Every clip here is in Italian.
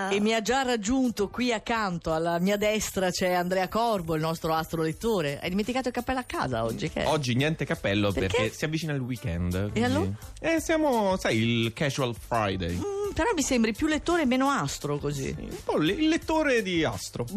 E mi ha già raggiunto qui accanto, alla mia destra c'è Andrea Corbo, il nostro astrolettore. Hai dimenticato il cappello a casa oggi? Che è? Oggi niente cappello perché si avvicina il weekend. E allora? Siamo, sai, il casual Friday. Però mi sembri più lettore e meno astro così. Sì, un po' il lettore di Astro.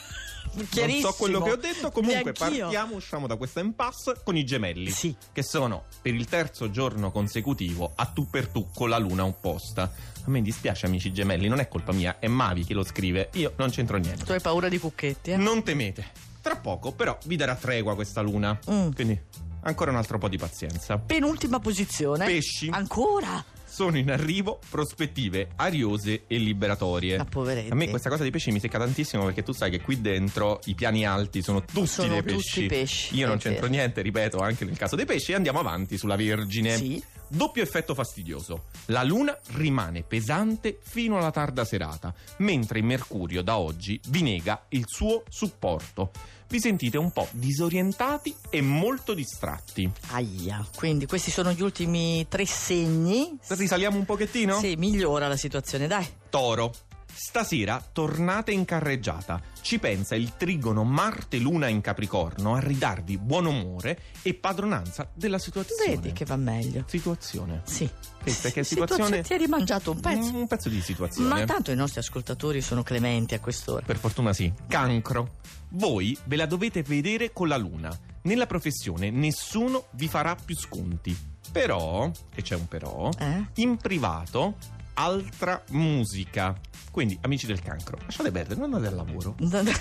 Non so quello che ho detto. Comunque partiamo, usciamo da questa impasse con i gemelli, sì, che sono per il terzo giorno consecutivo a tu per tu con la luna opposta. A me dispiace, amici gemelli, non è colpa mia, è Mavi che lo scrive, io non c'entro niente. Tu hai paura di Cucchetti, eh? Non temete, tra poco però vi darà tregua questa luna, quindi ancora un altro po' di pazienza. Penultima posizione. Pesci. Ancora? Sono in arrivo prospettive ariose e liberatorie. Ma poveretti. A me questa cosa dei pesci mi secca tantissimo, perché tu sai che qui dentro i piani alti sono tutti dei pesci. Tutti pesci. Io non c'entro niente, ripeto, anche nel caso dei pesci. E andiamo avanti sulla Vergine. Sì. Doppio effetto fastidioso. La luna rimane pesante fino alla tarda serata, mentre Mercurio da oggi vi nega il suo supporto. Vi sentite un po' disorientati e molto distratti. Aia, quindi questi sono gli ultimi 3 segni. Risaliamo un pochettino? Sì, migliora la situazione, dai. Toro. Stasera tornate in carreggiata. Ci pensa il trigono Marte-Luna in Capricorno a ridarvi buon umore e padronanza della situazione. Vedi che va meglio. Situazione. Sì. Perché situazione... Ti hai rimangiato un pezzo. Un pezzo di situazione. Ma tanto i nostri ascoltatori sono clementi a quest'ora. Per fortuna sì. Cancro. Voi ve la dovete vedere con la luna. Nella professione nessuno vi farà più sconti. Però, e c'è un però, in privato altra musica. Quindi, amici del Cancro, lasciate perdere, non andate al lavoro.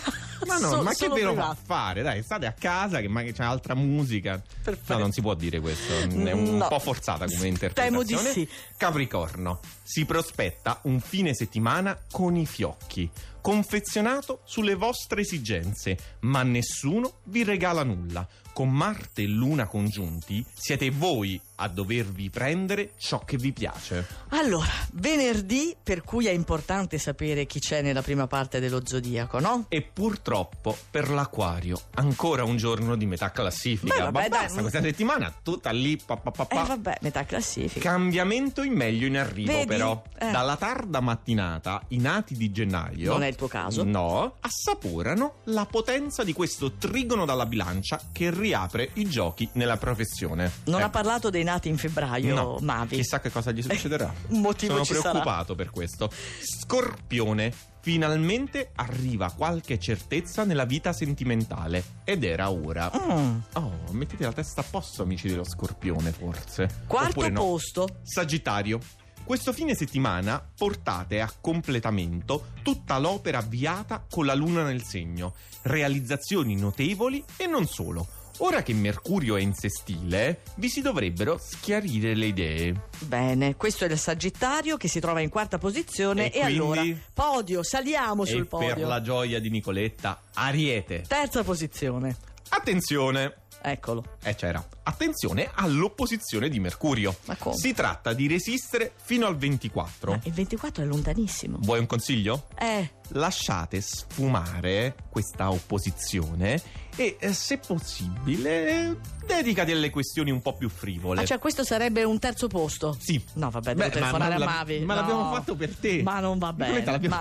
Ma che ve lo fa fare? Dai, state a casa che c'è altra musica. Perfetto. No, non si può dire questo. È un po' forzata come interpretazione. Temo di sì. Capricorno. Si prospetta un fine settimana con i fiocchi, confezionato sulle vostre esigenze, ma nessuno vi regala nulla. Con Marte e Luna congiunti siete voi a dovervi prendere ciò che vi piace. Allora, venerdì, per cui è importante sapere chi c'è nella prima parte dello zodiaco, no? E purtroppo per l'Acquario ancora un giorno di metà classifica. Beh, vabbè, basta, questa settimana tutta lì vabbè, metà classifica. Cambiamento in meglio in arrivo. Vedi? Però dalla tarda mattinata i nati di gennaio, non è il tuo caso, no, assaporano la potenza di questo trigono dalla bilancia che riapre i giochi nella professione. Non ha parlato dei nati in febbraio, no, Mavi. Chissà che cosa gli succederà. Un motivo Sono preoccupato sarà. per questo. Scorpione. Finalmente arriva qualche certezza nella vita sentimentale ed era ora. Oh, mettete la testa a posto, amici dello Scorpione, forse. Quarto no. posto. Sagittario. Questo fine settimana portate a completamento tutta l'opera avviata con la luna nel segno. Realizzazioni notevoli e non solo. Ora che Mercurio è in sestile, vi si dovrebbero schiarire le idee. Bene, questo è il Sagittario che si trova in quarta posizione e quindi... allora podio, saliamo sul podio. E per la gioia di Nicoletta, Ariete. Terza posizione. Attenzione. Eccolo. C'era. Attenzione all'opposizione di Mercurio. Ma come? Si tratta di resistere fino al 24. Ma il 24 è lontanissimo. Vuoi un consiglio? Lasciate sfumare questa opposizione e, se possibile, dedicati alle questioni un po' più frivole. Ma cioè questo sarebbe un terzo posto? Sì. No, vabbè, devo telefonare a Mavi. Ma l'abbiamo fatto per te. Ma non va bene.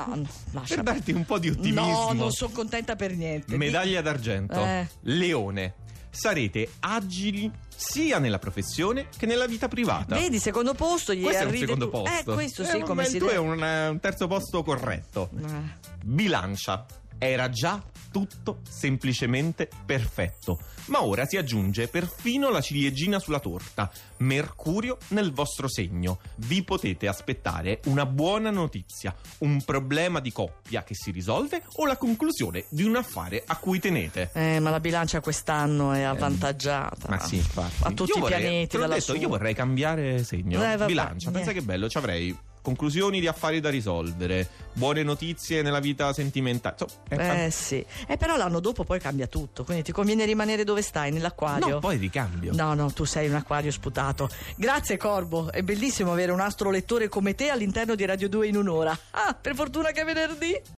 Per darti un po' di ottimismo. No, non sono contenta per niente. Medaglia d'argento. Leone. Sarete agili sia nella professione che nella vita privata. Vedi, secondo posto gli questo è un secondo posto. Questo sì, come si tu è un terzo posto corretto. Bilancia. Era già tutto semplicemente perfetto, ma ora si aggiunge perfino la ciliegina sulla torta. Mercurio nel vostro segno. Vi potete aspettare una buona notizia, un problema di coppia che si risolve o la conclusione di un affare a cui tenete. Ma la bilancia quest'anno è avvantaggiata. Ma sì, infatti. A tutti i pianeti dalla sua. Io vorrei cambiare segno. Bilancia, pensa che bello, ci avrei conclusioni di affari da risolvere, buone notizie nella vita sentimentale. Sì. Però l'anno dopo poi cambia tutto, quindi ti conviene rimanere dove stai, nell'acquario. No, poi ricambio. No, tu sei un acquario sputato. Grazie Corbo, è bellissimo avere un astrolettore come te all'interno di Radio 2 in un'ora. Per fortuna che è venerdì.